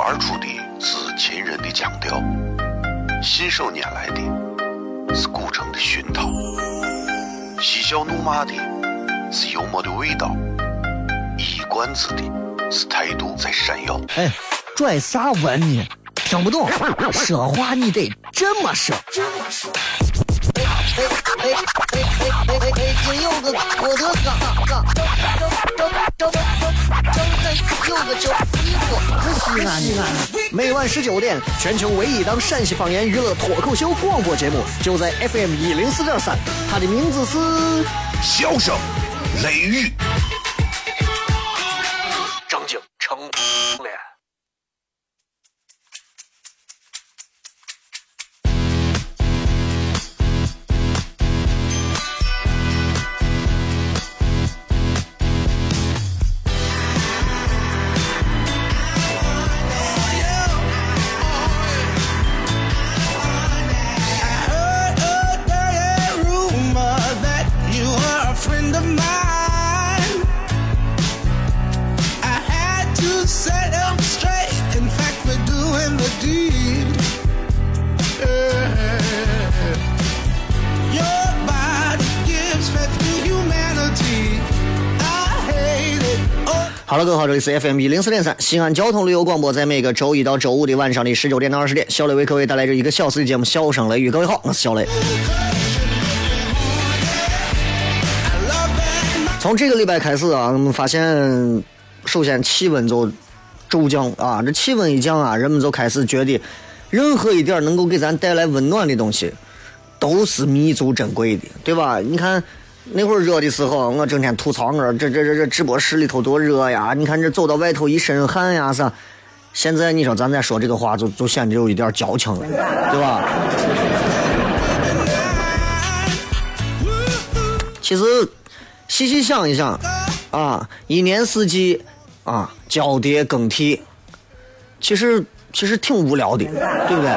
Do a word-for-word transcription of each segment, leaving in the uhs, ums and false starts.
而出的是秦人的腔调，信手拈来的是古城的熏陶，嬉笑怒骂的是幽默的味道，一冠子的是态度在闪耀。 哎，拽啥文呢？听不懂，说话你得这么说。哎哎哎哎哎哎哎！金柚子，我的嘎嘎，周周周周周柚子酒衣服，西安西安。每晚十九点，全球唯一档陕西方言娱乐脱口秀广播节目，就在 F M 一零四点三。它的名字是笑声雷雨。 张景成脸。好了，各位好，这里是 F M 一零四点三西安交通旅游广播，在每个周一到周五的晚上的十九点到二十点，小雷为各位带来这一个小时的节目《笑声雷雨》。各位好，我是小雷。从这个礼拜开始啊，我们发现，首先气温就骤降啊，这气温一降啊，人们就开始觉得，任何一点能够给咱带来温暖的东西，都是弥足珍贵的，对吧？你看。那会儿热的时候，我整天吐槽我这这这这直播室里头多热呀！你看这走到外头一身汗呀，是。现在你说咱再说这个话，就就显得有一点矫情了，对吧？其实细细想一想啊，一年四季啊交叠更替，其实其实挺无聊的，对不对？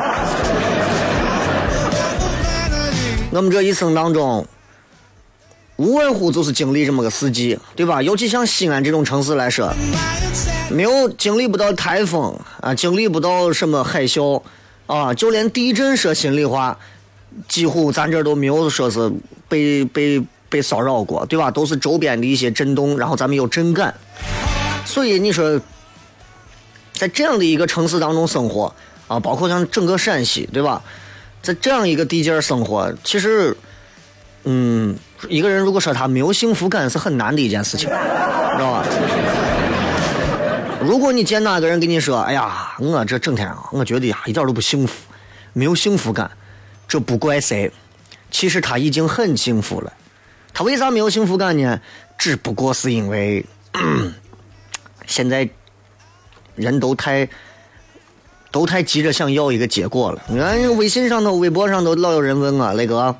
我们这一生当中。无外乎就是经历这么个四季，对吧？尤其像西安这种城市来说，没有经历不到台风啊，经历不到什么海啸啊，就连地震说心里话，几乎咱这都没有说是被被被骚扰过，对吧？都是周边的一些震动，然后咱们有震感。所以你说，在这样的一个城市当中生活啊，包括像整个陕西，对吧？在这样一个地界生活，其实，嗯。一个人如果说他没有幸福感是很难的一件事情，知道吧？如果你见哪个人跟你说哎呀我这整天啊我觉得呀一点都不幸福，没有幸福感，这不怪谁，其实他已经很幸福了。他为啥没有幸福感呢？只不过是因为、嗯、现在人都太都太急着想要一个结果了。你看微信上头微博上头老有人问啊那个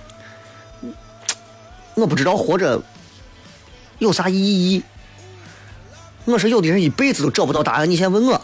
我不知道活着有啥意义。我说有的人一辈子都找不到答案，你先问我，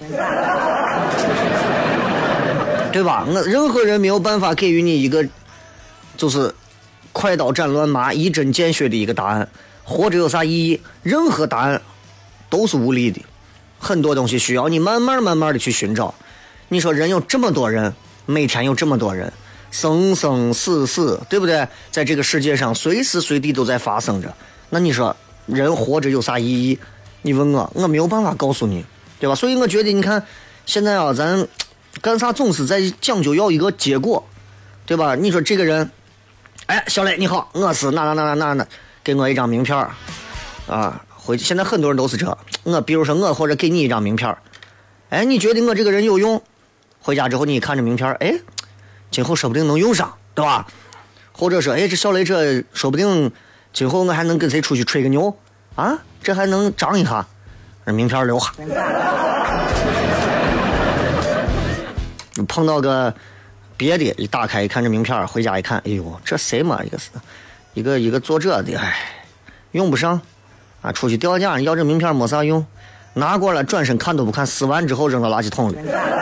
对吧？我任何人没有办法给予你一个就是快刀斩乱麻一针见血的一个答案。活着有啥意义？任何答案都是无力的，很多东西需要你慢慢慢慢的去寻找。你说人有这么多人，每天有这么多人，生生死死，对不对？在这个世界上随时随地都在发生着。那你说人活着有啥意义？你问我，我没有办法告诉你，对吧？所以我觉得你看现在啊，咱干啥总是在讲究要一个结果，对吧？你说这个人，哎，小磊你好，我是哪哪哪哪哪哪，给我一张名片啊，回去现在很多人都是这，我比如说我或者给你一张名片，哎，你觉得我这个人有用？回家之后你看着名片，哎，今后说不定能用上，对吧？或者说，哎，这小雷这说不定今后我还能跟谁出去吹个牛啊？这还能涨一下，名片留下。碰到个别的，一打开一看这名片，回家一看，哎呦，这谁嘛？一个是一个一个做这的，哎，用不上啊！出去调价要这名片没啥用，拿过来转身看都不看，撕完之后扔到垃圾桶里。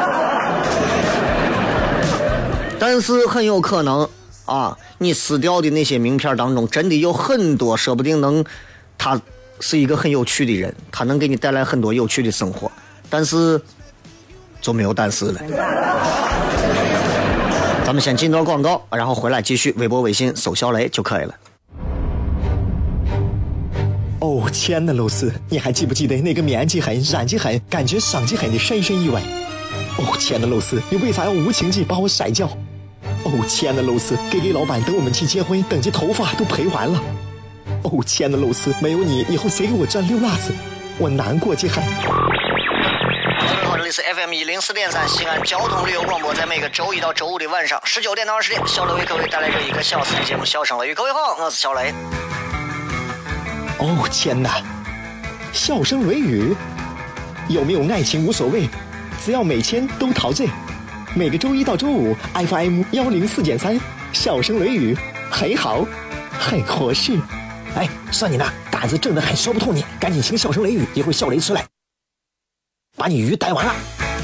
但是很有可能啊，你撕掉的那些名片当中，真的有很多，说不定能，他是一个很有趣的人，他能给你带来很多有趣的生活。但是就没有胆识了。咱们先进段广告，然后回来继续微博微信搜小雷就可以了。 哦，亲爱的露丝，你还记不记得那个面积狠、染技狠、感觉伤及狠的深深意外？哦，亲爱的露丝，你为啥要无情地把我甩掉？哦，亲爱的露丝，给给老板等我们去结婚，等这头发都赔完了。哦，亲爱的露丝，没有你，以后谁给我赚溜辣子？我难过极狠。 各位好，这里是 F M 一零四点三西安交通旅游广播，在每个周一到周五的晚上十九点到二十点，小雷为各位带来这一个小时的节目《笑声雷雨》。各位好，我是小雷。 哦天哪，笑声雷雨，有没有爱情无所谓，只要每天都陶醉。每个周一到周五 F M 一零四点三，笑声雷雨，很好，很合适。哎，算你那胆子正的很，说不透你，赶紧请笑声雷雨，一会儿笑雷出来，把你鱼逮完了。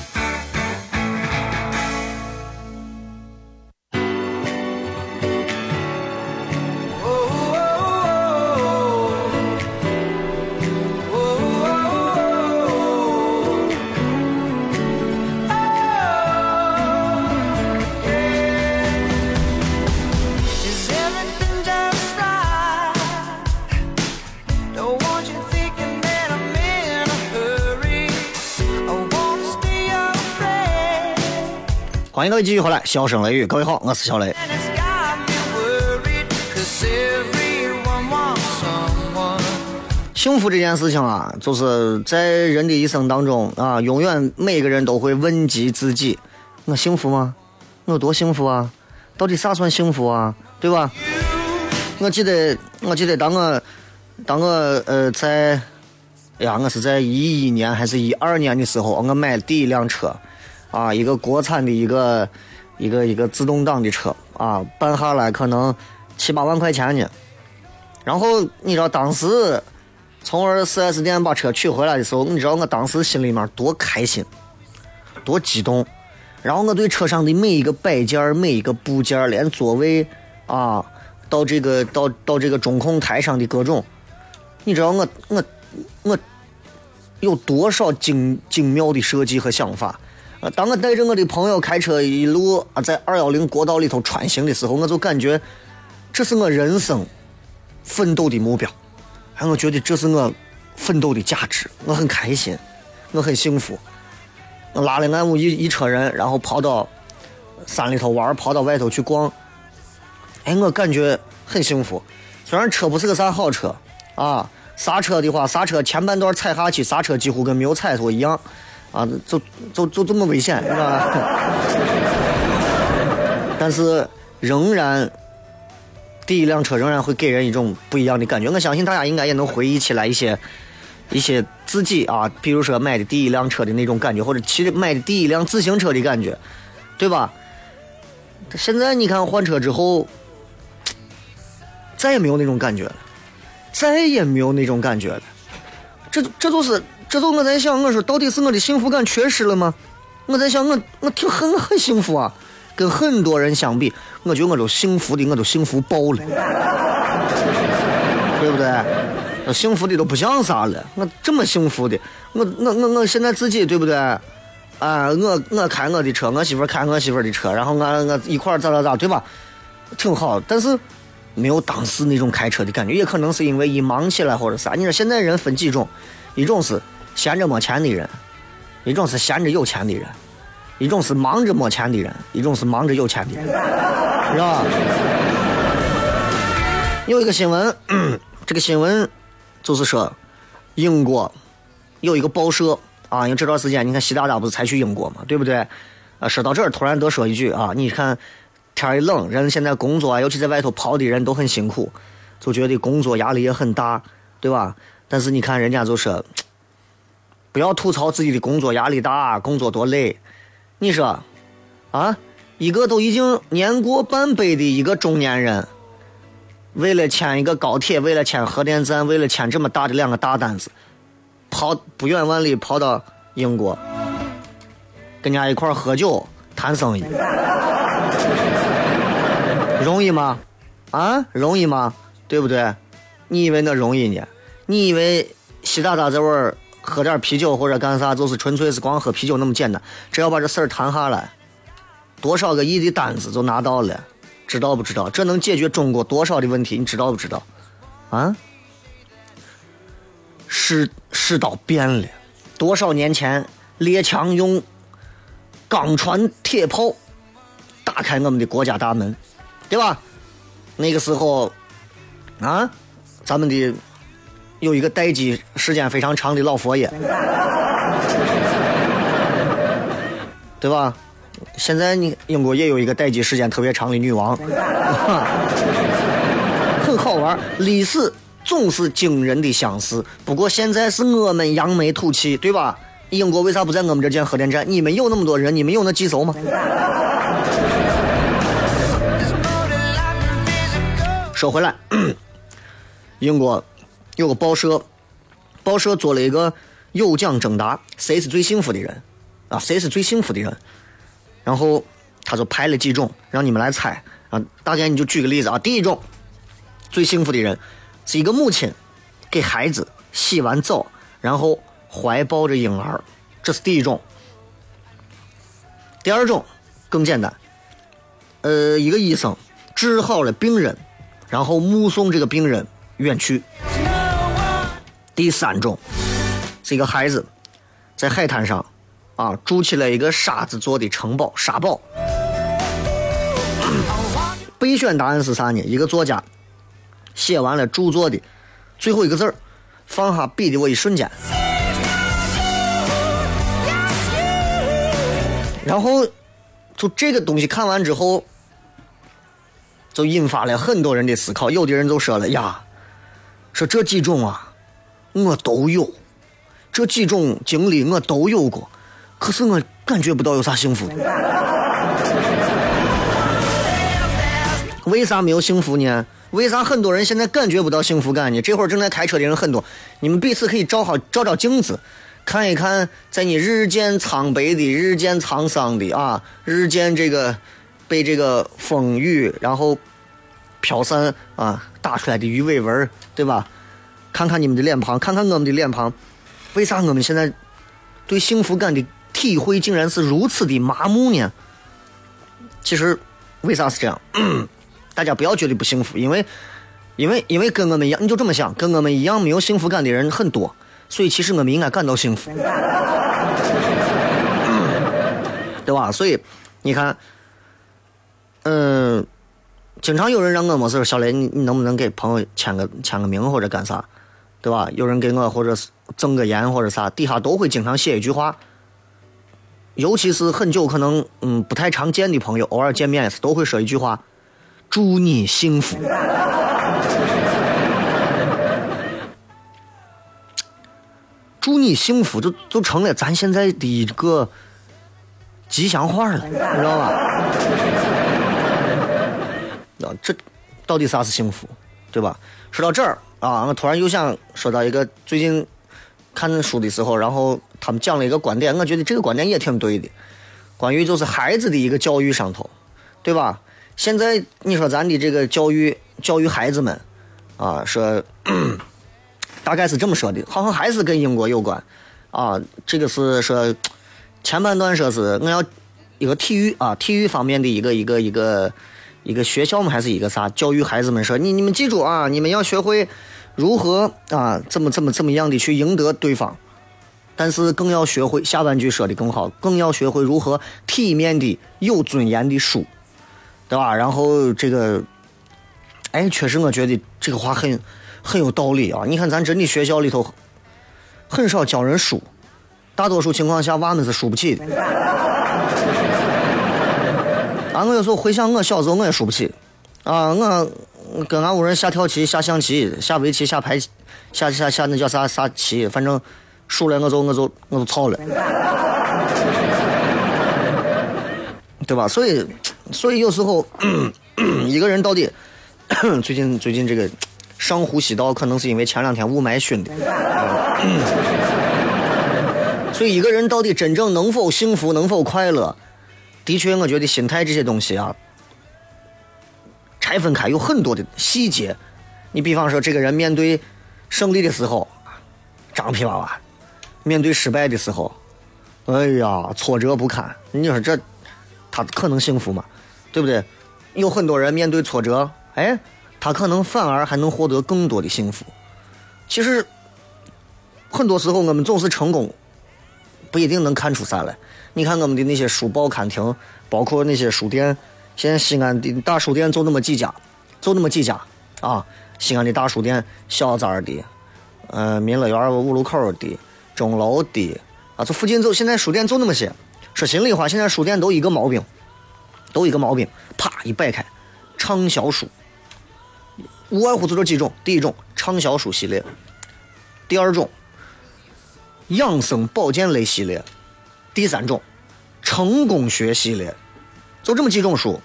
欢迎各位继续回来，笑声雷雨，各位好，我是小雷。幸福这件事情啊，就是在人的一生当中啊，永远每个人都会问及自己：我幸福吗？我多幸福啊？到底啥算幸福啊？对吧？我记得，我记得当我当我呃在，哎呀，我是在一一年还是一二年的时候，我买了第一辆车。啊，一个国产的一个一个一个自动挡的车啊，办下来可能七八万块钱呢。然后你知道当时从而 四 S 店把车取回来的时候，你知道我当时心里面多开心，多激动。然后我对车上的每一个摆件、每一个部件，连座位啊，到这个到到这个中控台上的各种，你知道我我我有多少精精妙的设计和想法。当我带着我的朋友开车一路啊，在二一零国道里头穿行的时候，我就感觉这是我人生奋斗的目标，还我觉得这是我奋斗的价值，我很开心，我很幸福。我拉了俺屋一一车人，然后跑到山里头玩，跑到外头去逛，哎，我感觉很幸福。虽然车不是个啥好车啊，刹车的话，刹车前半段踩下去，刹车几乎跟没有踩头一样。啊，就就就这么危险，是吧？但是仍然，第一辆车仍然会给人一种不一样的感觉。我相信大家应该也能回忆起来一些一些自己啊，比如说买的第一辆车的那种感觉，或者骑买的第一辆自行车的感觉，对吧？现在你看换车之后，再也没有那种感觉了，再也没有那种感觉了。这这就是。这时候我在想，我说到底是我的幸福感缺失了吗？我在想，我我挺很很幸福啊，跟很多人相比，我觉得我都幸福的，我都幸福爆了，对不对？我幸福的都不像啥了，我这么幸福的，我我我我现在自己对不对？啊，我我开我的车，我媳妇开我媳妇的车，然后俺我一块咋咋咋，对吧？挺好，但是没有当时那种开车的感觉，也可能是因为一忙起来或者啥。你说现在人分几种，一种是闲着没钱的人，一种是闲着有钱的人，一种是忙着没钱的人，一种是忙着有钱的人，是吧？有一个新闻，这个新闻就是说英国有一个报社啊，因为这段时间你看习大大不是才去英国嘛，对不对？啊，说到这儿突然多说一句啊，你看天一冷，人现在工作啊，尤其在外头跑的人都很辛苦，就觉得工作压力也很大，对吧？但是你看人家就说不要吐槽自己的工作压力大，工作多累。你说啊，一个都已经年过半百的一个中年人，为了签一个高铁，为了签核电站，为了签这么大的两个大单子，跑不远万里跑到英国跟人家一块喝酒谈生意，容易吗？啊，容易吗？对不对？你以为那容易呢？你以为习大大在这儿喝点啤酒或者干啥，就是纯粹是光喝啤酒那么简单。只要把这事儿谈下来，多少个亿的单子就拿到了，知道不知道？这能解决中国多少的问题？你知道不知道？啊？世世道变了，多少年前列强用钢船铁炮打开我们的国家大门，对吧？那个时候啊，咱们的有一个待机时间非常长的老佛爷，对吧？现在你英国也有一个待机时间特别长的女王，很好玩，历史总是惊人的相似。不过现在是我们扬眉吐气，对吧？英国为啥不在我们这建核电站？你们有那么多人，你们有那几艘吗？说回来，英国有个报社，报社做了一个有奖征答，谁是最幸福的人啊？谁是最幸福的人？然后他就排了几种，让你们来猜啊。大概你就举个例子啊。第一种，最幸福的人是一个母亲给孩子洗完澡，然后怀抱着婴儿，这是第一种。第二种更简单，呃，一个医生治好了病人，然后目送这个病人远去。第三种是一个孩子在海滩上啊筑起了一个沙子做的城堡，沙堡。备选答案是啥呢？一个作家写完了著作的最后一个字儿，放下笔的我一瞬间，然后就这个东西看完之后，就引发了很多人的思考。有的人就说了呀，说这几种啊我都有，这几种经历我都有过，可是我感觉不到有啥幸福。为啥没有幸福呢？为啥很多人现在感觉不到幸福感呢？这会儿正在开车的人很多，你们彼此可以照好照照镜子，看一看在你日渐苍白的、日渐沧桑的啊，日渐这个被这个风雨然后飘散啊打出来的鱼尾纹，对吧？看看你们的脸庞，看看我们的脸庞，为啥我们现在对幸福感的体会竟然是如此的麻木呢？其实为啥是这样？大家不要觉得不幸福，因为因为因为跟我们一样，你就这么想，跟我们一样没有幸福感的人很多，所以其实我们应该感到幸福，对吧？所以你看，嗯、呃，经常有人让我没事，小雷，你你能不能给朋友签个签个名或者干啥，对吧？有人给我或者赠个言或者啥，底下都会经常写一句话，尤其是很久可能嗯不太常见的朋友，偶尔见面都会说一句话。祝你幸福。祝你幸福就就成了咱现在的一个吉祥话了，你知道吧？啊，这到底啥是幸福，对吧？说到这儿啊，我突然又想说到一个最近看书的时候，然后他们讲了一个观点，我觉得这个观点也挺对的，关于就是孩子的一个教育上头，对吧？现在你说咱的这个教育教育孩子们啊，说大概是这么说的，好像还是跟英国有关啊。这个是说前半段说是我要一个体育啊，体育方面的一个一个一个一个学校吗？还是一个啥？教育孩子们说你你们记住啊，你们要学会如何啊怎么怎么怎么样的去赢得对方，但是更要学会下半句说的更好，更要学会如何体面的有尊严的输。对吧？然后这个，哎，确实我觉得这个话很很有道理啊！你看，咱真的学校里头很少教人输，大多数情况下娃们是输不起的。啊，我有时候回想我小时候，我也输不起啊！我跟俺屋人下跳棋、下象棋、下围棋、下牌、下下下那叫啥啥棋，反正输了我就我就我就操了，对吧？所以。所以有时候一个人到底最近最近这个上呼吸道，可能是因为前两天雾霾熏的，所以一个人到底真正能否幸福能否快乐，的确我觉得心态这些东西啊拆分开有很多的细节。你比方说这个人面对胜利的时候张皮娃娃， 面对失败的时候，哎呀，挫折不堪，你说这他可能幸福吗？对不对？有很多人面对挫折，哎，他可能反而还能获得更多的幸福。其实很多时候我们总是成功不一定能看出啥来。你看我们的那些书报刊亭，包括那些书店，现在西安的大书店就那么几家，就那么几家啊。西安的大书店，小寨的，呃，民乐园五路口的，钟楼的啊，这附近就现在书店就那么些。说心里话，现在书店都一个毛病，都一个毛病，啪一摆开，畅销书，无外乎就这几种。第一种，畅销书系列；第二种，养生保健类系列；第三种，成功学系列，就这么几种书。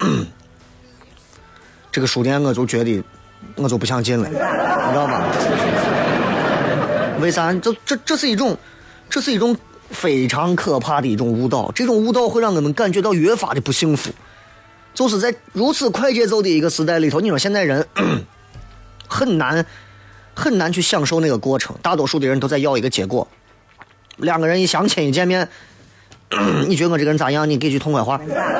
这个书店我就觉得我就不想进了，你知道吧？为啥？这这这是一种，这是一种非常可怕的一种误导。这种误导会让我们感觉到越发的不幸福。就是在如此快节奏的一个时代里头，你说现在人很难很难去享受那个过程。大多数的人都在要一个结果。两个人一相亲一见面，你觉得我这个人咋样？你给句痛快话，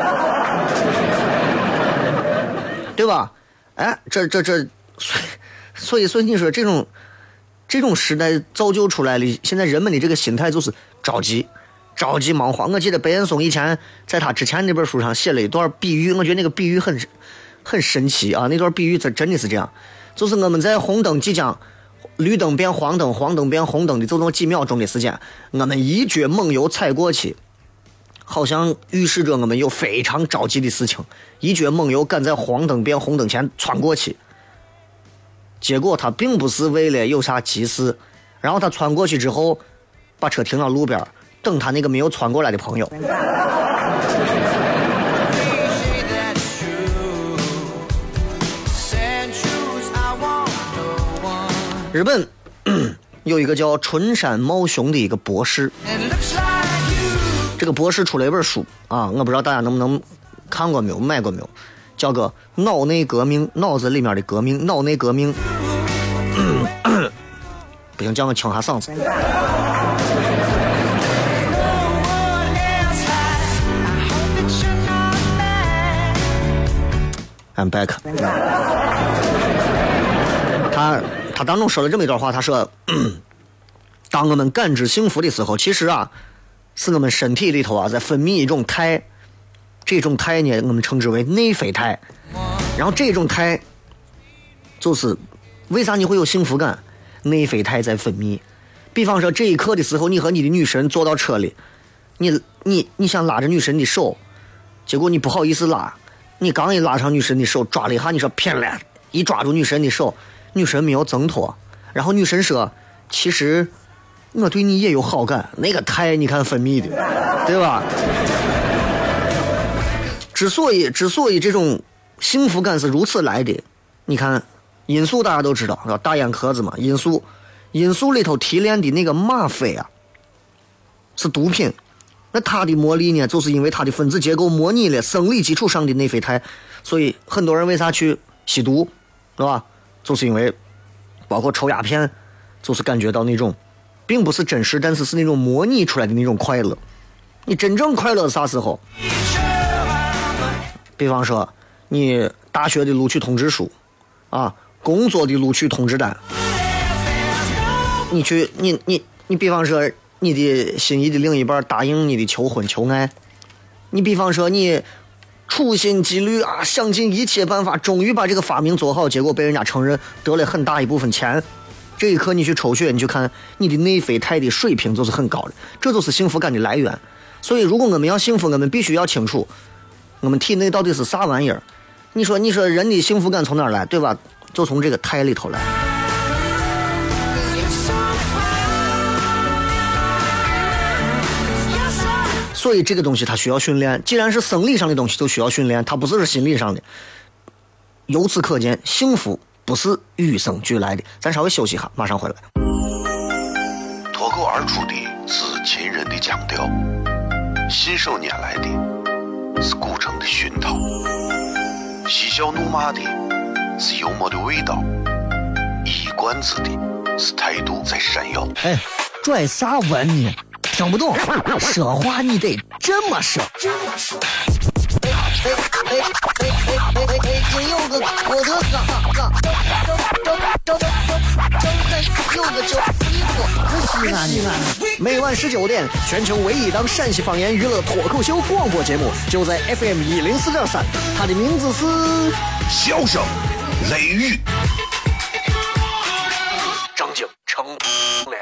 对吧？哎，这这这，所以所以你说这种这种时代造就出来的，现在人们的这个心态就是着急，着急忙慌。我记得白岩松以前在他之前那本书上写了一段比喻，我觉得那个比喻很很神奇啊！那段比喻真的是这样，就是我们在红灯即将绿灯变黄灯，黄灯变红灯的就那么几秒钟的时间，我们一脚猛油踩过去，好像预示着我们有非常着急的事情，一脚猛油赶在黄灯变红灯前窜过去。结果他并不是为了有啥急事，然后他窜过去之后把车停到路边等他那个没有窜过来的朋友。日本有一个叫春山茂雄的一个博士，这个博士出了一本书啊，我不知道大家能不能看过没有，买过没有，叫个脑内革命，脑子里面的革命，脑内革命。不行，叫我清下嗓子。I'm back。他他当中说了这么一段话，他说：“当我们感知幸福的时候，其实啊，是我们身体里头啊在分泌一种肽，这种肽呢，我们称之为内啡肽。然后这种肽就是为啥你会有幸福感？内啡肽在分泌。比方说这一刻的时候，你和你的女神坐到车里，你你你想拉着女神的手，结果你不好意思拉，你刚一拉上女神的手，抓了一下，你说偏了，一抓住女神的手，女神没有挣脱，然后女神说，其实我对你也有好感，那个肽你看分泌的，对吧？之所以之所以这种幸福感是如此来的，你看罂粟大家都知道，大眼壳子嘛，罂粟罂粟里头提炼的那个吗啡啊是毒品，那它的魔力呢，就是因为它的分子结构模拟了生理基础上的内啡肽，所以很多人为啥去吸毒，对吧？就是因为包括抽鸦片，就是感觉到那种并不是真实，但是是那种模拟出来的那种快乐。你真正快乐是啥时候？比方说你大学的录取通知书啊，工作的录取通知单，你去你你你比方说你的心仪的另一半答应你的求婚求爱，你比方说你处心积虑啊，想尽一切办法，终于把这个发明做好，结果被人家承认，得了很大一部分钱。这一刻你去抽血，你去看你的内啡肽的水平就是很高的，这就是幸福感的来源。所以如果我们要幸福，我们必须要清楚我们体内到底是啥玩意儿。你说你说人的幸福感从哪儿来，对吧？就从这个肽里头来。所以这个东西它需要训练，既然是生理上的东西就需要训练，它不是心理上的。由此可见，幸福不是与生俱来的。咱稍微休息一下，马上回来。 脱口而出的是秦人的腔调，信手拈来的是古城的熏陶，嬉笑怒骂的是幽默的味道，一冠子的是态度在闪耀。 哎， 拽啥文呢？听不懂，说话你得这么说。这么说。北北北北北北北京有个郭德纲，张张张张张张有个叫西瓜，西安西安。每晚十九点，全球唯一档陕西方言娱乐脱口秀广播节目，就在 F M 一零四点三，它的名字是《 笑声雷雨》。 张景成脸。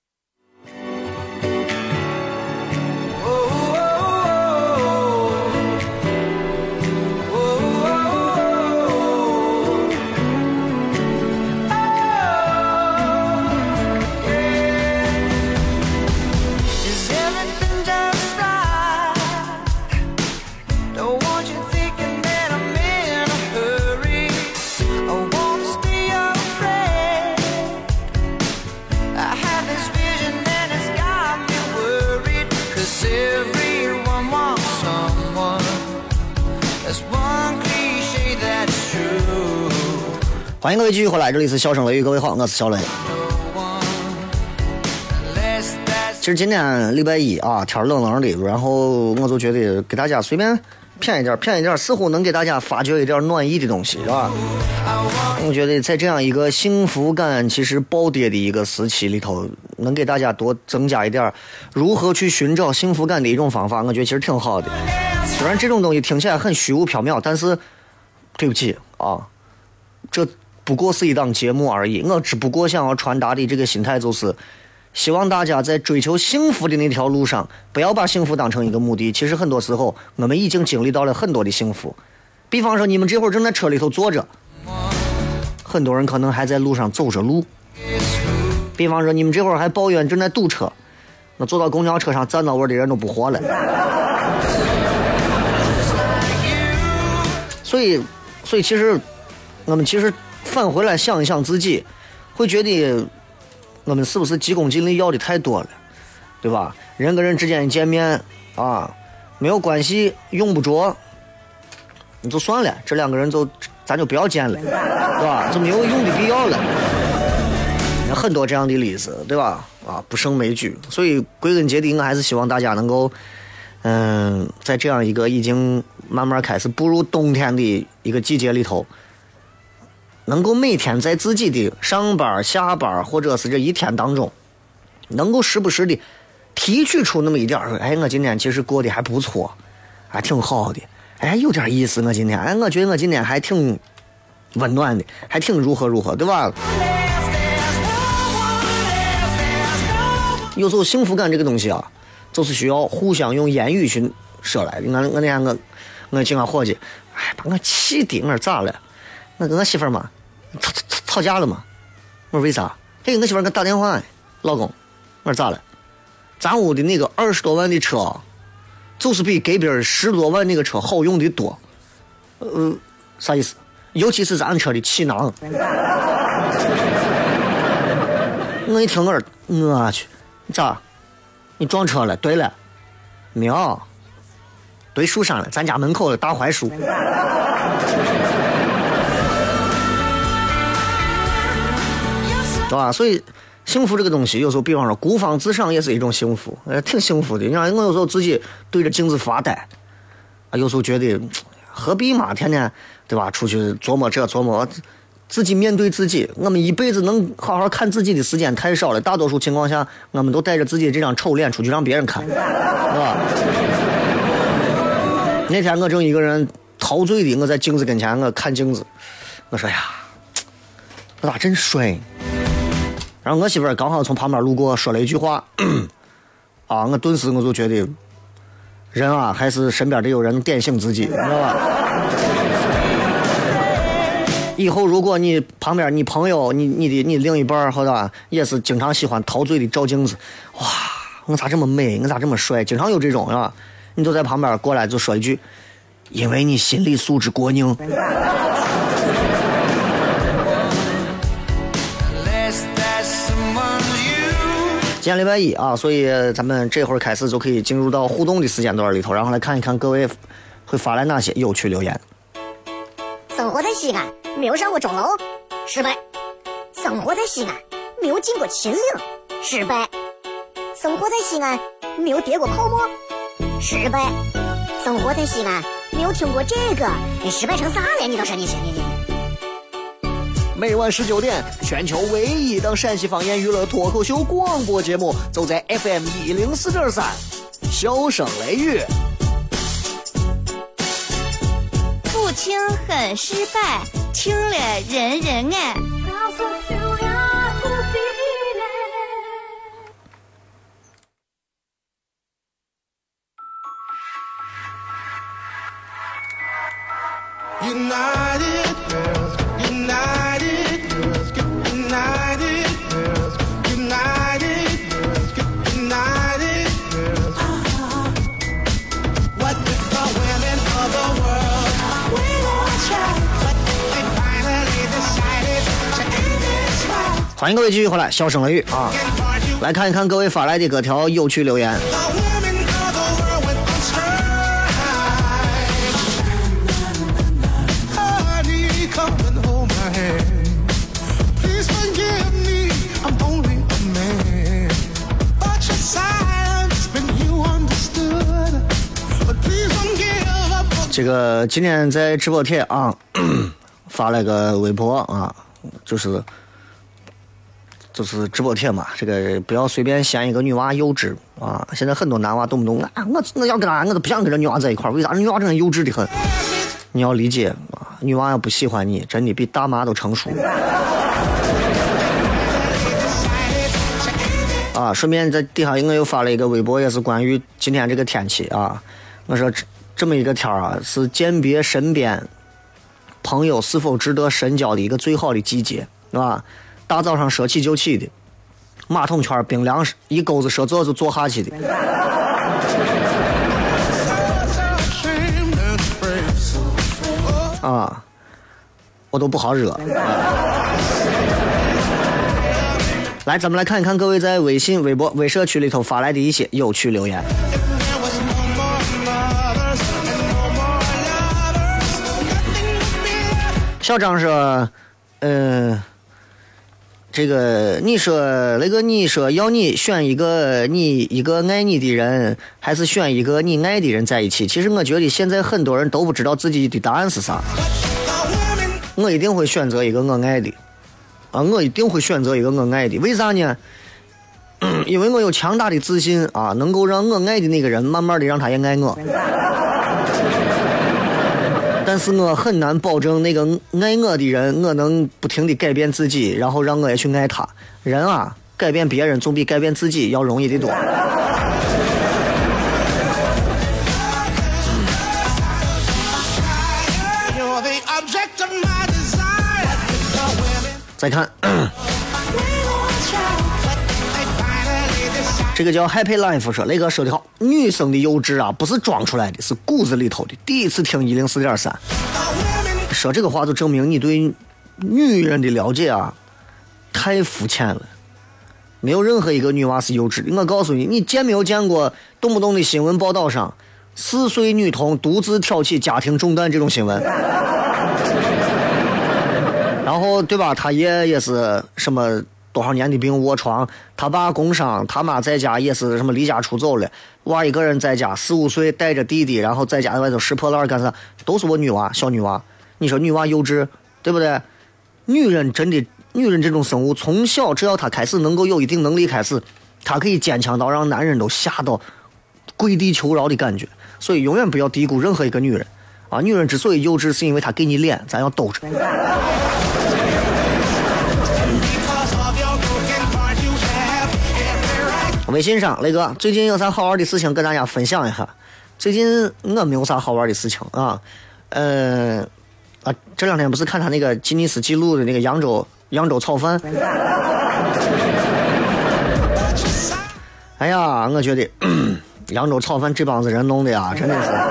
欢迎各位继续回来，这里是笑声雷雨，各位好，我是小雷。其实今天礼拜一啊，天冷冷的，然后我就觉得给大家随便骗一点骗一点，似乎能给大家发掘一点暖意的东西，是吧？我觉得在这样一个幸福感其实暴跌的一个时期里头，能给大家多增加一点如何去寻找幸福感的一种方法，我觉得其实挺好的。虽然这种东西听起来很虚无缥缈，但是对不起啊，这不过是一档节目而已，我只不过想要传达的这个心态就是希望大家在追求幸福的那条路上，不要把幸福当成一个目的。其实很多时候我们已经经历到了很多的幸福，比方说你们这会儿正在车里头坐着，很多人可能还在路上走着路，比方说你们这会儿还抱怨正在堵车，那坐到公交车上站到位的人都不活了。所以所以其实我们其实返回来想一想自己，会觉得我们是不是急功近利要的太多了，对吧？人跟人之间见面啊，没有关系用不着，你就算了，这两个人就咱就不要见了，对吧？就没有用的必要了。很多这样的例子，对吧？啊，不胜枚举。所以归根结底，我还是希望大家能够，嗯，在这样一个已经慢慢开始步入冬天的一个季节里头，能够每天在自己的上班下班或者是这一天当中，能够时不时的提取出那么一点，哎，我今天其实过得还不错，还挺好的，哎，有点意思，我今天，哎，我觉得我今天还挺温暖的，还挺如何如何，对吧？有时候幸福感这个东西啊，就是需要互相用言语去说来的。我我那天我我请俺伙计，哎，把我气的，我说咋了？我跟我媳妇儿嘛，吵吵吵架了嘛。我说为啥？嘿，我媳妇儿给我打电话，老公，我说咋了？咱屋的那个二十多万的车，就是比隔壁十多万那个车好用的多。呃，啥意思？尤其是咱车的气囊。我一听我说，我去，咋？你撞车了？对了，没有，怼树上了，咱家门口的大槐树。对吧？所以幸福这个东西，有时候比方说孤芳自赏也是一种幸福，呃，挺幸福的。你看，我有时候自己对着镜子发呆，啊，有时候觉得何必嘛，天天对吧？出去琢磨这琢磨，自己面对自己。我们一辈子能好好看自己的时间太少了，大多数情况下，我们都带着自己这张丑脸出去让别人看，对吧？那天我正一个人陶醉的，我在镜子跟前，我看镜子，我说呀，我咋真帅？然后我媳妇儿刚好从旁边路过，说了一句话，啊，我顿时我就觉得，人啊，还是身边得有人点醒自己，你知道吧？以后如果你旁边你朋友、你你的你另一半好吧，也是经常喜欢陶醉的照镜子，哇，我咋这么美，我咋这么帅，经常有这种是吧？你就在旁边过来就说一句，因为你心理素质过硬。今天礼拜一啊，所以咱们这会儿开始就可以进入到互动的时间段里头，然后来看一看各位会发来哪些有趣留言。 生活在西安，没有上过钟楼，失败；生活在西安，没有进过秦岭，失败； 生活在西安没有跌过泡沫？失败。生活在西安没有听过这个，你失败成啥了？你倒是你你你。 每晚十九点，全球唯一档陕西方言娱乐脱口秀广播节目，就在 F M 一零四点三，笑声雷雨。 不听很失败，听了人人爱。 United girls, United girls, get United girls, United girls, get United girls. Uh-huh. What if the women of the world we gonna try, but they finally decided to end this fight. 欢迎各位继续回来，笑声雷雨啊！来看一看各位发来的各条有趣留言。这个今天在直播帖啊发了个微博啊，就是就是直播帖嘛，这个不要随便嫌一个女娃幼稚啊！现在很多男娃动不动啊，我我要跟她，我都不想跟这女娃在一块儿，为啥？女娃真的幼稚的很。你要理解啊，女娃要不喜欢你，真的比大妈都成熟。啊，顺便在底下我又发了一个微博，也是关于今天这个天气啊。我说这么一个天啊，是鉴别身边朋友是否值得深交的一个最好的季节，是吧？大早上说起就起的，马桶圈冰凉，一钩子说坐就坐下去的。啊，我都不好惹。来，咱们来看一看各位在微信、微博、微社区里头发来的一些有趣留言。小张说，嗯、呃，这个你说那个你说要你选一个你一个爱你的人，还是选一个你爱的人在一起？其实我觉得现在很多人都不知道自己的答案是啥。我一定会选择一个我爱的。啊，我一定会选择一个我爱的，为啥呢？因为我有强大的自信啊，能够让我爱的那个人慢慢的让他也爱我。但是我很难保证那个爱我的人，我能不停的改变自己，然后让我也去爱他。人啊，改变别人总比改变自己要容易得多。再看这个叫 Happy Life 说，雷哥说的好，女生的幼稚啊不是装出来的，是骨子里头的。第一次听一零四点三，说这个话就证明你对女人的了解啊太肤浅了。没有任何一个女娃是幼稚的。我告诉你，你见没有见过动不动的新闻报道上四岁女童独自挑起家庭中断这种新闻？然后对吧，他爷也是什么多少年的病卧床，他爸工伤，他妈在家也是什么离家出走了，娃一个人在家四五岁带着弟弟，然后在家外头拾破烂干啥，都是我女娃小女娃。你说女娃幼稚对不对？女人真的，女人这种生物从小只要她开始能够有一定能力开始，她可以坚强到让男人都吓到跪地求饶的感觉。所以永远不要低估任何一个女人啊！女人之所以幼稚，是因为她给你脸，咱要兜着。微信上雷哥，最近有啥好玩的事情跟大家分享一下？最近我没有啥好玩的事情啊，呃啊，这两天不是看他那个吉尼斯纪录的那个扬州扬州炒饭？哎呀，我觉得扬州炒饭这帮子人弄的呀，真的是，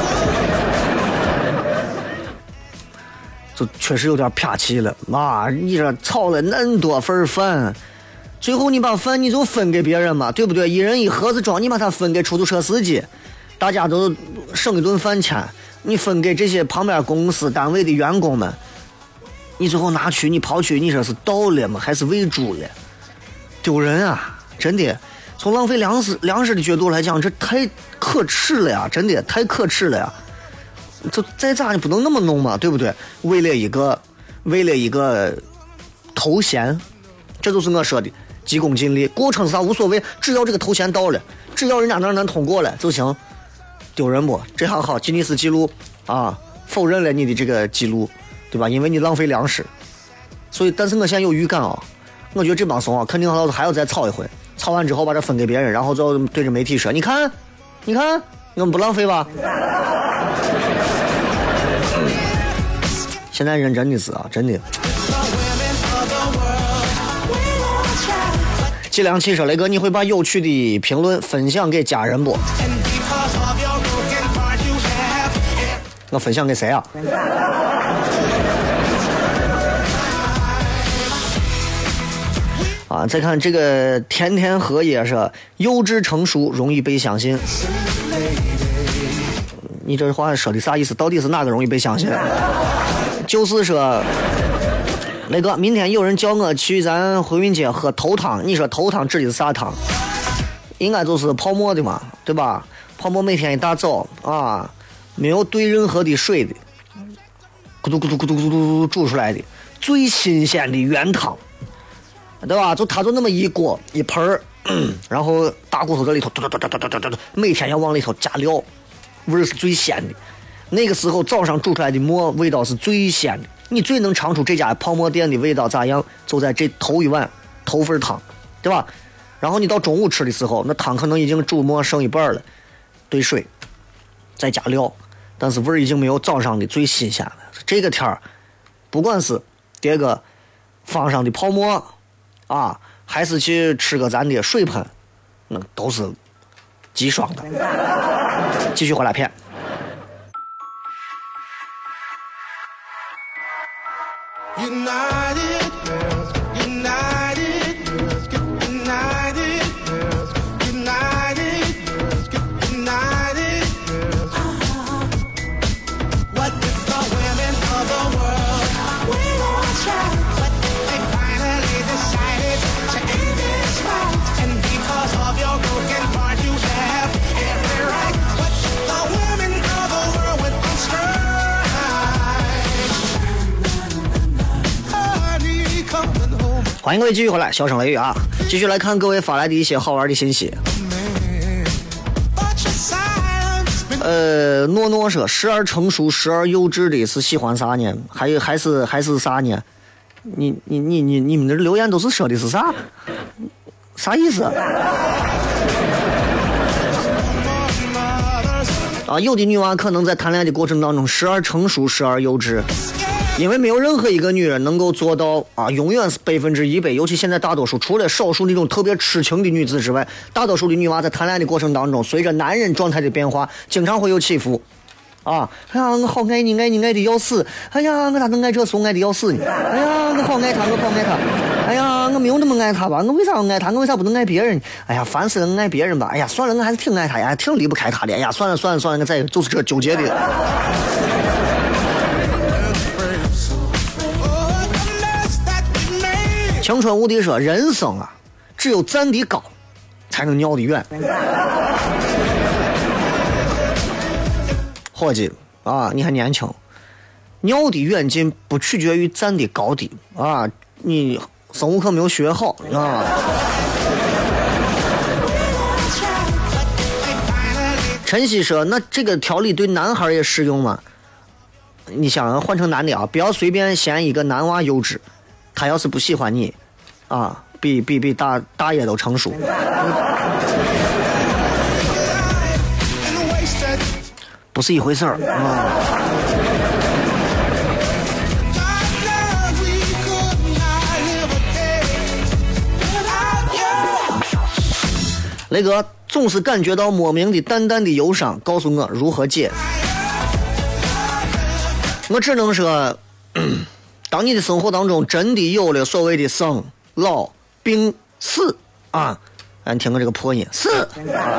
就确实有点啪气了啊！你这炒了那么多份饭。最后你把饭你就分给别人嘛，对不对？一人一盒子装，你把它分给出租车司机，大家都省一顿饭钱。你分给这些旁边公司单位的员工们，你最后拿去你跑去，你说是盗了吗？还是喂猪了？丢人啊！真的， 从浪费粮食粮食的角度来讲，这太可耻了呀！真的太可耻了呀！这再咋你不能那么弄嘛，对不对？为了一个为了一个头衔，这就是我说的急功近利。过程是啥无所谓，只要这个头衔到了，只要人家能能通过了就行。丢人不？这还好，吉尼斯纪录啊否认了你的这个记录，对吧？因为你浪费粮食。所以，但是我现在有预感啊，我觉得这帮怂啊，肯定还要再炒一回，炒完之后把这分给别人，然后就对着媒体说：“你看，你看，我们不浪费吧？”现在人真的是啊，真的。计量汽车雷哥，你会把有趣的评论分享给家人不？我分享给谁啊？啊，再看这个天天和也是幼稚成熟，容易被相信。你这话说的啥意思？到底是哪个容易被相信？就是说，那个明天有人叫我去咱回民街喝头汤，你说头汤指的是啥汤？应该就是泡沫的嘛，对吧？泡沫每天一大早啊，没有兑任何的水的，咕嘟咕嘟咕嘟咕嘟煮出来的最新鲜的原汤。对吧？就他就那么一锅一盆儿，然后大骨头在里头，嘟嘟嘟嘟嘟嘟嘟，每天要往里头加料，味儿是最鲜的。那个时候早上煮出来的馍味道是最鲜的，你最能尝出这家泡馍店的味道咋样？就在这头一碗头份汤，对吧？然后你到中午吃的时候，那汤可能已经煮馍剩一半了，兑水，再加料，但是味儿已经没有早上的最新鲜了。这个天儿，不管是这个方上的泡馍。啊，还是去吃个咱的水盆，那都是极爽的。继续回来片。 United girls, United girls, get United girls, United girls, get United girls. What is the women of the world? We won't try, but they finally decided to end this fight. And because of your broken heart, you have every right. But the women of the world went on strike. 欢迎各位继续回来，小声雷雨啊！继续来看各位发来的一些好玩的信息。呃，诺诺说时而成熟，时而幼稚的是喜欢啥呢？还有还是还是啥呢？你你你你你们的留言都是说的是啥？啥意思？啊，有的女娃可能在谈恋爱的过程当中时而成熟，时而幼稚。因为没有任何一个女人能够做到啊，永远是百分之一百。尤其现在大多数，除了少数那种特别痴情的女子之外，大多数的女娃在谈恋爱的过程当中，随着男人状态的变化，经常会有起伏。啊，哎呀，我好爱你，爱你爱的要死！哎呀，我咋能爱这怂爱的要死呢？哎呀，我好爱他，我好爱他！哎呀，我没有那么爱他吧？我为啥要爱他？我为啥不能爱别人？哎呀，烦死了，我爱别人吧！哎呀，算了，我还是挺爱他呀，挺离不开他的。哎呀，算了算了算了，我再就是这纠结的。青春无敌说，人生啊，只有站得高，才能尿得远。伙计啊，你还年轻，尿的远近不取决于站的高低啊，你生物课没有学好啊。陈曦说，那这个条理对男孩也适用吗？你想换成男的啊，不要随便嫌一个男娃幼稚。他要是不喜欢你，啊，比比比大大爷都成熟，不是一回事儿啊。雷哥总是感觉到莫名的淡淡的忧伤，告诉我如何解。我只能说。当你的生活当中真的有了所谓的生老病死啊，咱听个这个破音死、啊。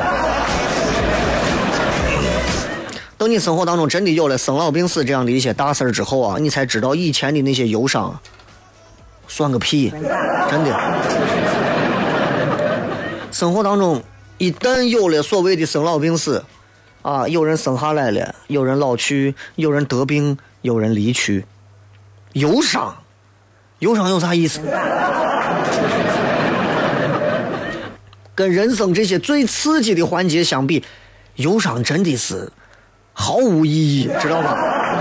等你生活当中真的有了生老病死这样的一些大事之后啊，你才知道以前的那些忧伤算个屁，真的。 生活当中一旦有了所谓的生老病死啊，有人生下来了，有人老去，有人得病，有人离去，忧伤，忧伤有啥意思？跟人生这些最刺激的环节相比，忧伤真的是毫无意义，知道吧？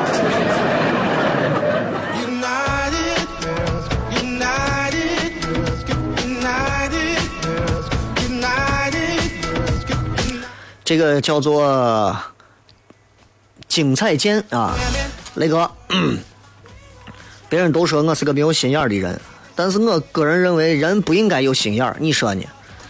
这个叫做精彩见啊，雷哥，别人都说我是个没有心眼的人，但是我个人认为人不应该有心眼，你说呢？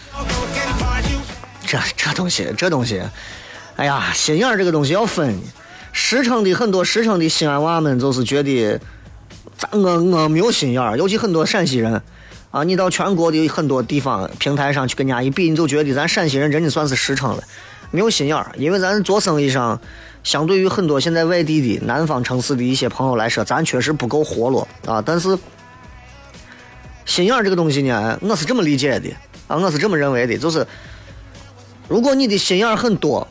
这这东西，这东西，哎呀，心眼这个东西要分。实诚的很多实诚的西安娃们就是觉得，咱我我没有心眼，尤其很多陕西人啊，你到全国的很多地方平台上去跟人家一比，你就觉得咱陕西人真的算是实诚了。没有心眼儿，因为咱做生意上，相对于很多现在外地的南方城市的一些朋友来说，咱确实不够活络啊。但是心眼儿这个东西呢，我是这么理解的啊，我是这么认为的，就是如果你的心眼儿很多，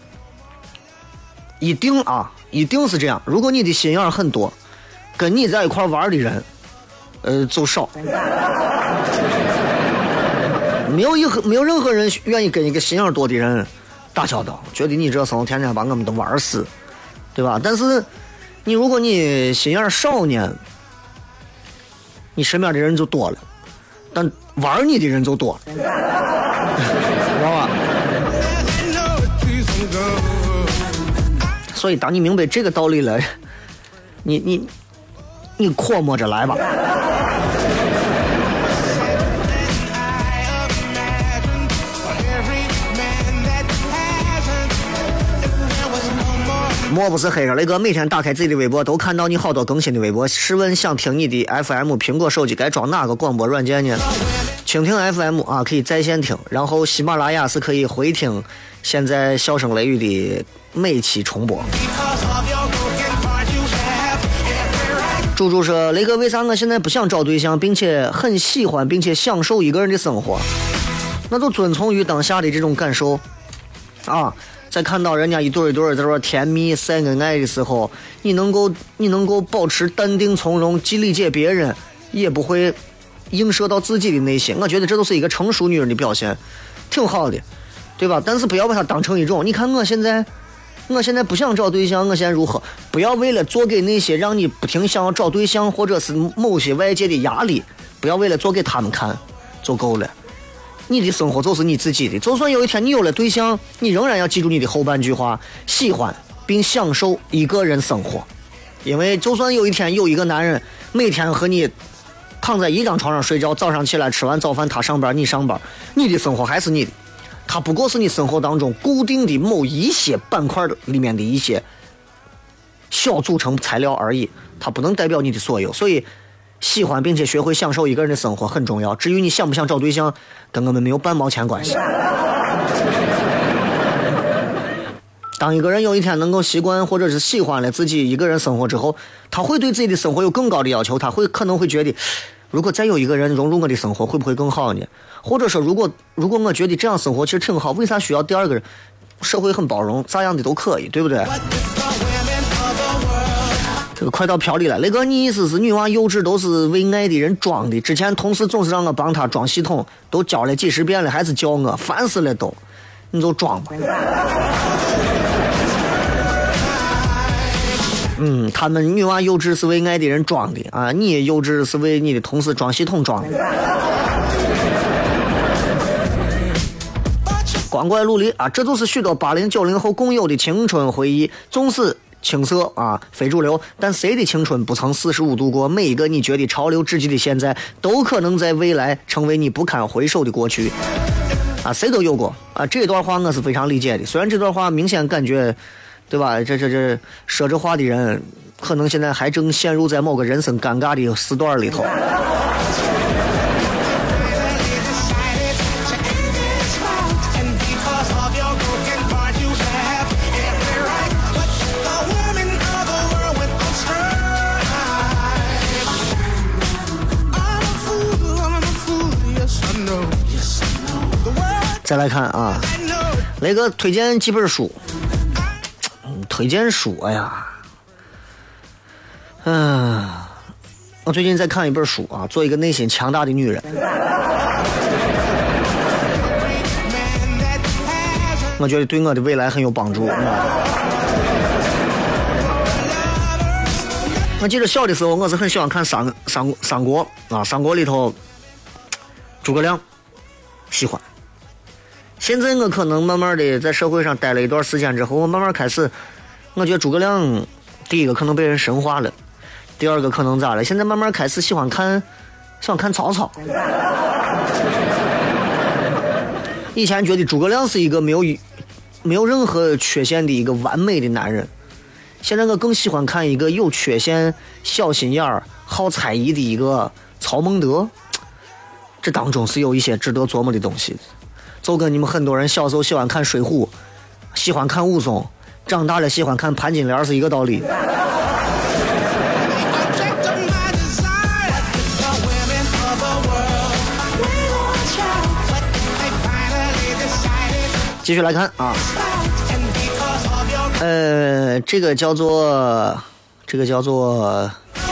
一定啊，一定是这样。如果你的心眼儿很多，跟你在一块玩的人，呃，就少。没有一没有任何人愿意跟一个心眼多的人打交道，觉得你这生活天天把我们都玩死，对吧？但是你如果你心眼少呢，你身边的人就多了，但玩你的人就多了，知道吧？所以当你明白这个道理了，你你你琢磨着来吧。莫不是黑着雷哥每天打开自己的微博都看到你好多更新的微博，试问想听你的 F M 苹果手机该装哪个广播软件呢？蜻蜓 F M 啊可以在线听，然后喜马拉雅是可以回听现在笑声雷雨的每期重播。猪猪说雷哥为啥我现在不想找对象并且很喜欢并且享受一个人的生活？那就遵从于当下的这种感受啊，在看到人家一对一对在这甜蜜晒恩爱的时候，你能够你能够保持淡定从容，既理解别人也不会映射到自己的内心，我觉得这都是一个成熟女人的表现，挺好的，对吧？但是不要把它当成一种，你看我现在我现在不想找对象，我现在如何？不要为了做给那些让你不停想要找对象或者是某些外界的压力，不要为了做给他们看就够了。你的生活就是你自己的，就算有一天你有了对象，你仍然要记住你的后半句话，喜欢并享受一个人生活。因为就算有一天有一个男人每天和你躺在一张床上睡觉，早上起来吃完早饭他上班你上班，你的生活还是你的，他不过是你生活当中固定的某一些板块里面的一些小组成材料而已，它不能代表你的所有。所以喜欢并且学会享受一个人的生活很重要，至于你想不想找对象跟我们没有半毛钱关系。当一个人有一天能够习惯或者是喜欢了自己一个人生活之后，他会对自己的生活有更高的要求，他会可能会觉得如果再有一个人融入我的生活会不会更好呢？或者说如果如果我觉得这样生活其实挺好，为啥需要第二个人？社会很包容，咋样的都可以，对不对？这个快到飘里了，雷哥，你意思是女娃幼稚都是为爱的人装的？之前同事总是让我帮他装系统，都教了几十遍了，还是叫我，烦死了都，你就装吧。嗯，他们女娃幼稚是为爱的人装的啊，你幼稚是为你的同事装系统装的。光怪陆离啊，这就是许多八零九零后共有的青春回忆，纵使青涩啊，非主流，但谁的青春不曾四十五度过？每一个你觉得潮流至极的现在，都可能在未来成为你不堪回首的过去啊！谁都有过啊！这段话我是非常理解的，虽然这段话明显感觉，对吧？这这这说这话的人，可能现在还正陷入在某个人生尴尬的时段里头。 再来看啊，雷哥推荐几本书。推荐书，哎呀，嗯，我最近在看一本书啊，做一个内心强大的女人。我觉得对我的未来很有帮助。我记得小的时候，我是很喜欢看三三三国啊，三国里头诸葛亮喜欢。现在我可能慢慢的在社会上待了一段时间之后，我慢慢开始，我觉得诸葛亮第一个可能被人神化了，第二个可能咋了？现在慢慢开始喜欢看，喜欢看曹操。以前觉得诸葛亮是一个没有没有任何缺陷的一个完美的男人，现在我更喜欢看一个有缺陷、小心眼儿、好猜疑的一个曹孟德。这当中是有一些值得琢磨的东西的。就跟你们很多人小时候喜欢看水浒，喜欢看武松，长大了喜欢看潘金莲是一个道理。继续来看啊，呃，这个叫做，这个叫做，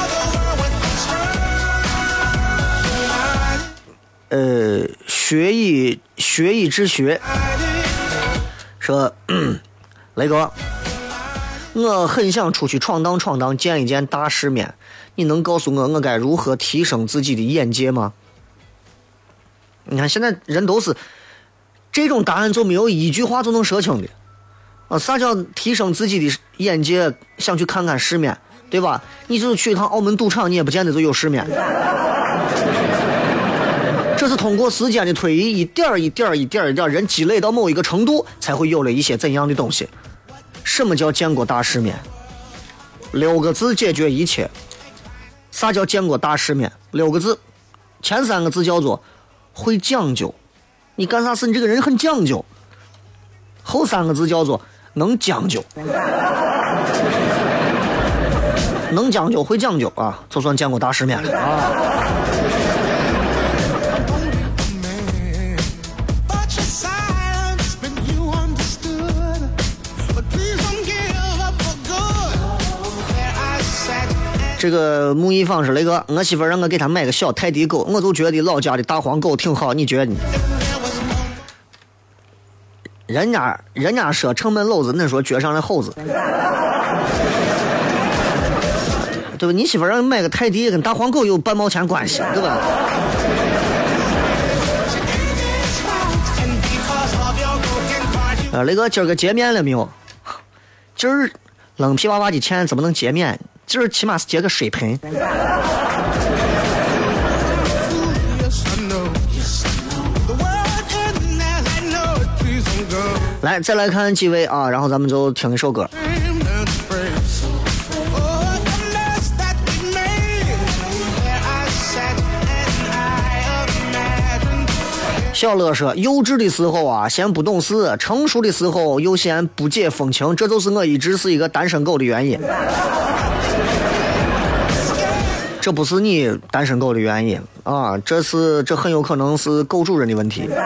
呃，学以学以致学，说，雷哥，我很想出去闯荡闯荡，见一见大世面，你能告诉我我该如何提升自己的眼界吗？你看现在人都是这种答案，就没有一句话就能说清的啊！啥叫提升自己的眼界？想去看看世面，对吧？你就是去一趟澳门赌场，你也不见得就有世面。这是通过时间的推移，一点一点一点一点人积累到某一个程度，才会有了一些怎样的东西。什么叫见过大世面？六个字解决一切。啥叫见过大世面？六个字，前三个字叫做会讲究。你干啥事？你这个人很讲究。后三个字叫做能讲究。能讲究，会讲究啊，就算见过大世面了啊。这个木一方是雷哥，我媳妇让我给她买个小泰迪狗，我就觉得老家的大黄狗挺好，你觉得呢？人家人家说城门篓子，恁说撅上来猴子，对吧？你媳妇让你买个泰迪，跟大黄狗有半毛钱关系，对吧？啊，雷哥，今儿个见面了没有？今儿冷皮娃娃的钱怎么能见面？今儿起码是接个水盆。来，再来看几位啊，然后咱们就听一首歌。小乐说，幼稚的时候啊嫌不懂事，成熟的时候又嫌不解风情，这就是我一直是一个单身狗的原因。这不是你单身狗的原因啊，这是这很有可能是狗主人的问题。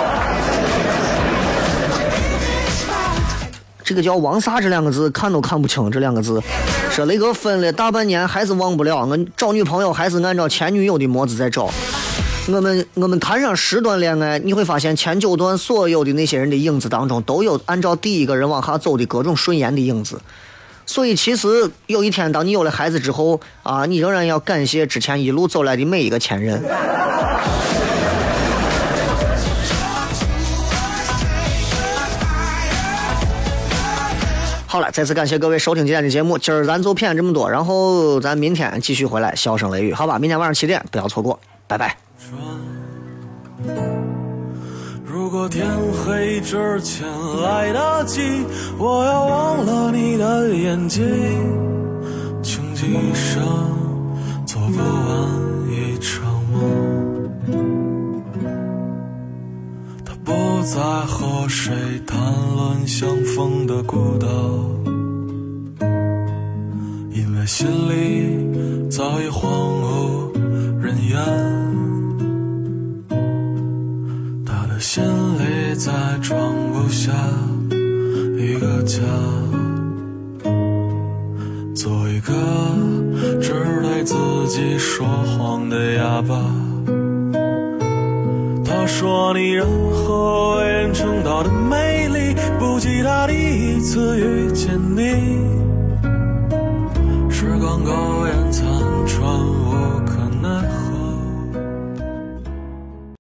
这个叫王啥这两个字看都看不清，这两个字说雷哥分了大半年还是忘不了，我找女朋友还是按照前女友的模子在找。我们我们谈上十段恋爱，你会发现前九段所有的那些人的影子当中都有按照第一个人往下走的各种顺延的影子。所以其实有一天当你有了孩子之后啊，你仍然要感谢之前一路走来的每一个前任。好了，再次感谢各位收听今天的节目，今儿咱就骗这么多，然后咱明天继续回来笑声雷雨，好吧？明天晚上七点不要错过，拜拜。 如果天黑之前来得及，我要忘了你的眼睛，请记上做不完一场梦。他不再和谁谈论相逢的孤岛，因为心里早已荒无人烟，他的心里再装不下一个家，做一个只对自己说谎的哑巴。他说你任何为人称道的美丽，不及他第一次遇见你。时光苟延残喘，